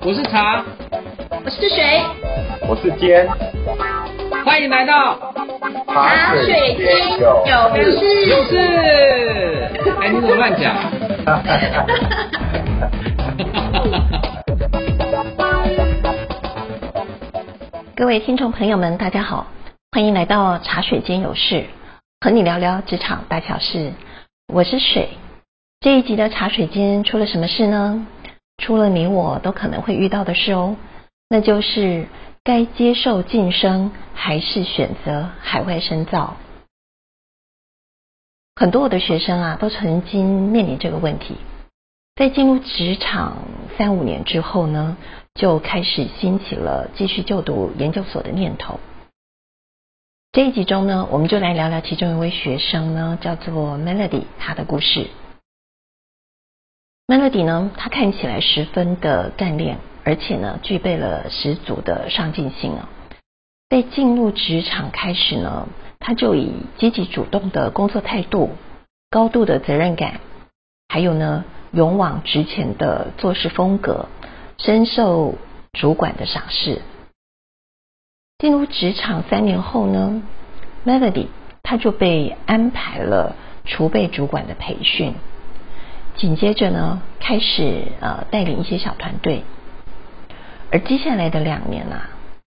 我是茶， 我是水， 我是坚， 欢迎来到茶水间有事。 哎，你怎么乱讲？ 各位听众朋友们，大家好，欢迎来到茶水间有事，和你聊聊职场大小事。我是水。这一集的茶水间出了什么事呢？出了你我都可能会遇到的事哦，那就是该接受晋升还是选择海外深造。很多我的学生啊，都曾经面临这个问题，在进入职场3-5年之后呢，就开始兴起了继续就读研究所的念头。这一集中呢，我们就来聊聊其中一位学生呢，叫做 Melody， 她的故事。Melody 呢，她看起来十分的干练，而且呢，具备了十足的上进心啊。在进入职场开始呢，她就以积极主动的工作态度、高度的责任感，还有呢，勇往直前的做事风格，深受主管的赏识。进入职场3年后呢， Melody 她就被安排了储备主管的培训，紧接着呢，开始带领一些小团队。而接下来的2年啊，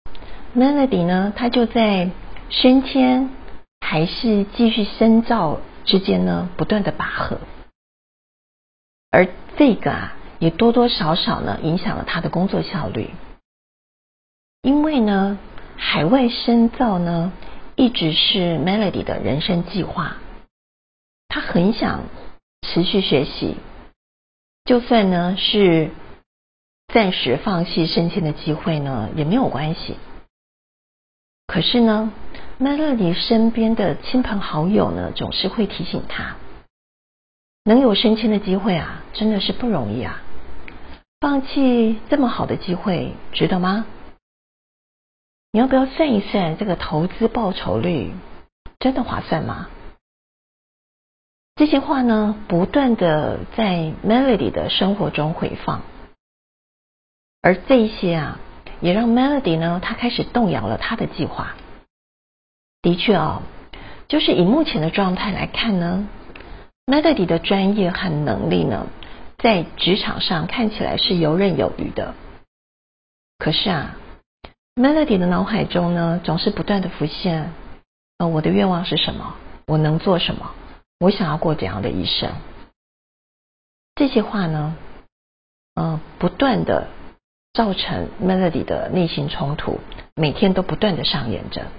Melody 呢，她就在升迁还是继续深造之间呢，不断的拔河。而这个啊，也多多少少呢，影响了她的工作效率。因为呢，海外深造呢，一直是 Melody 的人生计划。她很想持续学习，就算呢是暂时放弃升迁的机会呢，也没有关系。可是呢， Melody 身边的亲朋好友呢，总是会提醒她，能有升迁的机会啊，真的是不容易啊，放弃这么好的机会，值得吗？你要不要算一算这个投资报酬率，真的划算吗？这些话呢，不断的在 Melody 的生活中回放，而这一些啊，也让 Melody 呢，她开始动摇了她的计划。的确哦，就是以目前的状态来看呢， Melody 的专业和能力呢，在职场上看起来是游刃有余的。可是啊， Melody 的脑海中呢，总是不断的浮现，我的愿望是什么？我能做什么？我想要过怎样的一生？这些话呢，不断的造成 Melody 的内心冲突，每天都不断的上演着。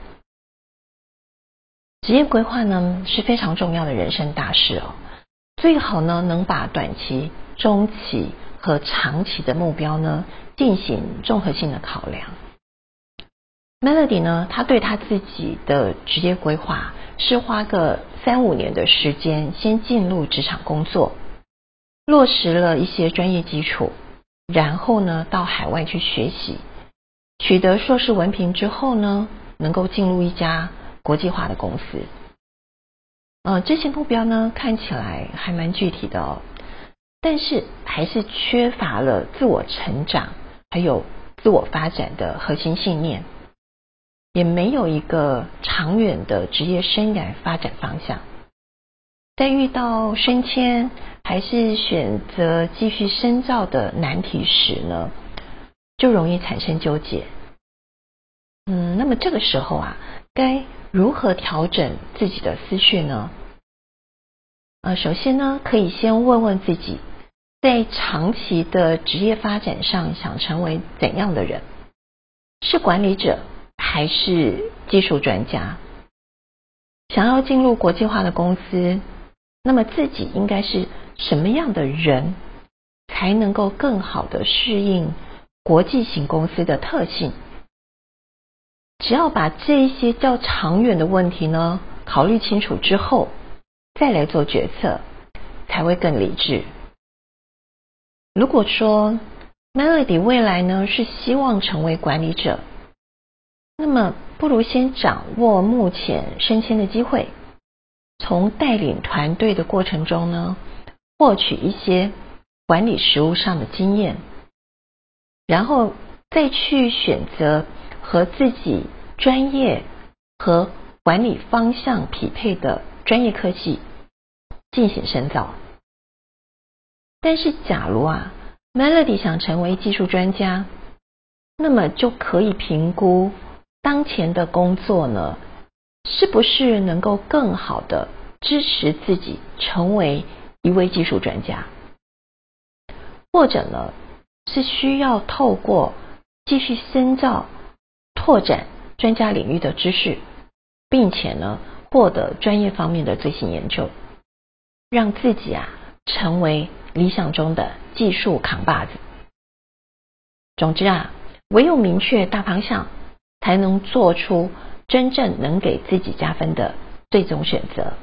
职业规划呢，是非常重要的人生大事哦，最好呢，能把短期、中期和长期的目标呢，进行综合性的考量。Melody 呢，她对她自己的职业规划是花个3-5年的时间，先进入职场工作，落实了一些专业基础，然后呢，到海外去学习，取得硕士文凭之后呢，能够进入一家国际化的公司。这些目标呢，看起来还蛮具体的哦，但是还是缺乏了自我成长还有自我发展的核心信念，也没有一个长远的职业生涯发展方向。在遇到升迁还是选择继续深造的难题时呢，就容易产生纠结。那么这个时候啊，该如何调整自己的思绪呢？首先呢，可以先问问自己，在长期的职业发展上想成为怎样的人？是管理者还是技术专家？想要进入国际化的公司，那么自己应该是什么样的人，才能够更好的适应国际型公司的特性？只要把这一些较长远的问题呢，考虑清楚之后，再来做决策，才会更理智。如果说 Melody 未来呢，是希望成为管理者，那么不如先掌握目前升迁的机会，从带领团队的过程中呢，获取一些管理实务上的经验。 然后再去选择和自己专业和管理方向匹配的专业科技进行深造。但是假如Melody 想成为技术专家，那么就可以评估当前的工作呢，是不是能够更好的支持自己成为一位技术专家，或者呢是需要透过继续深造拓展专家领域的知识，并且呢获得专业方面的最新研究，让自己成为理想中的技术扛把子。总之唯有明确大方向，才能做出真正能给自己加分的最终选择。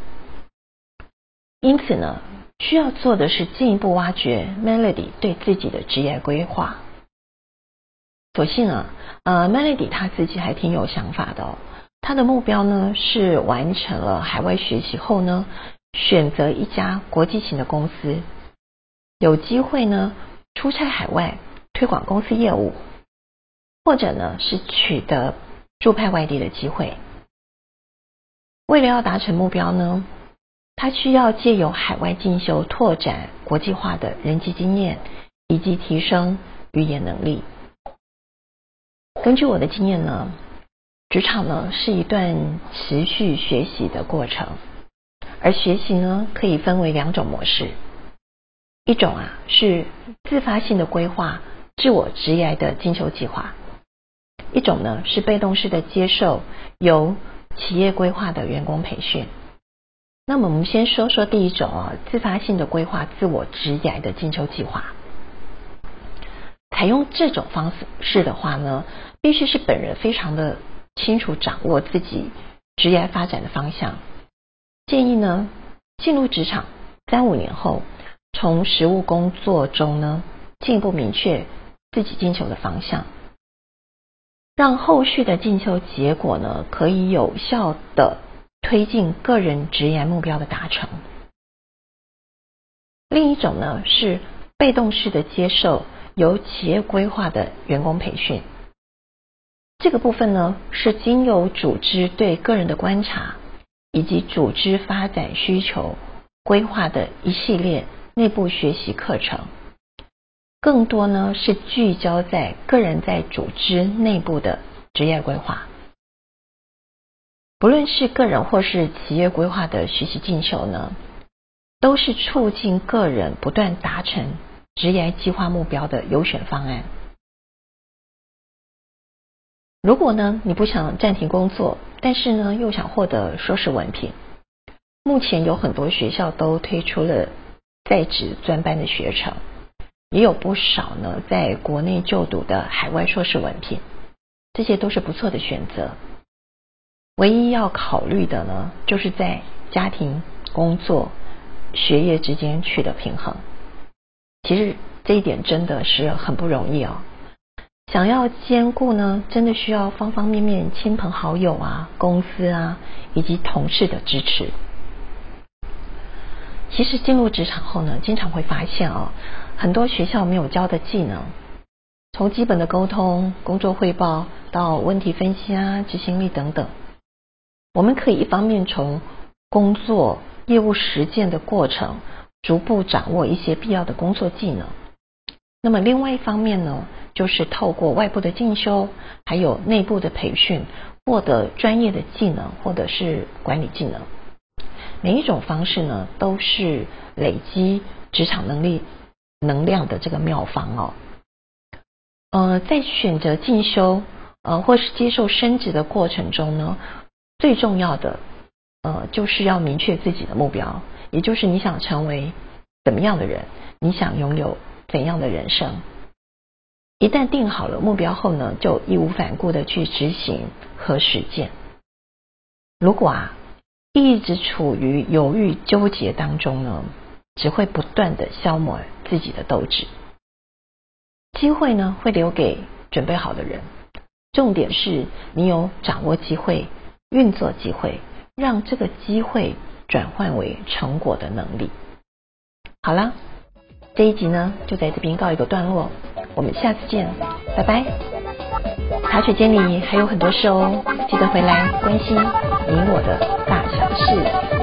因此呢，需要做的是进一步挖掘 Melody 对自己的职业规划。所幸Melody 她自己还挺有想法的她的目标呢是完成了海外学习后呢，选择一家国际型的公司，有机会呢出差海外推广公司业务，或者呢是取得驻派外地的机会。为了要达成目标呢，他需要借由海外进修拓展国际化的人际经验，以及提升语言能力。根据我的经验呢，职场呢是一段持续学习的过程，而学习呢可以分为两种模式。一种是自发性的规划自我职业的进修计划，一种呢是被动式的接受由企业规划的员工培训。那么我们先说说第一种自发性的规划自我职业的进修计划。采用这种方式的话呢，必须是本人非常的清楚掌握自己职业发展的方向。建议呢，进入职场3-5年后，从实务工作中呢，进一步明确自己进修的方向，让后续的进修结果呢，可以有效的推进个人职业目标的达成。另一种呢，是被动式的接受由企业规划的员工培训。这个部分呢，是经由组织对个人的观察，以及组织发展需求规划的一系列内部学习课程。更多呢，是聚焦在个人在组织内部的职业规划。不论是个人或是企业规划的学习进修呢，都是促进个人不断达成职业计划目标的优选方案。如果呢你不想暂停工作，但是呢又想获得硕士文凭，目前有很多学校都推出了在职专班的学程，也有不少呢在国内就读的海外硕士文凭，这些都是不错的选择。唯一要考虑的呢，就是在家庭、工作、学业之间取得平衡。其实这一点真的是很不容易想要兼顾呢，真的需要方方面面亲朋好友公司以及同事的支持。其实进入职场后呢，经常会发现很多学校没有教的技能，从基本的沟通、工作汇报到问题分析执行力等等，我们可以一方面从工作业务实践的过程逐步掌握一些必要的工作技能，那么另外一方面呢，就是透过外部的进修还有内部的培训，获得专业的技能或者是管理技能。每一种方式呢，都是累积职场能量的这个妙方在选择进修或是接受升职的过程中呢，最重要的就是要明确自己的目标，也就是你想成为怎么样的人，你想拥有怎样的人生。一旦定好了目标后呢，就义无反顾的去执行和实践。如果一直处于犹豫纠结当中呢，只会不断的消磨自己的斗志。机会呢，会留给准备好的人，重点是你有掌握机会、运作机会，让这个机会转换为成果的能力。好啦，这一集呢就在这边告一个段落。 我们下次见，拜拜。茶水间里还有很多事哦，记得回来关心你我的大小事。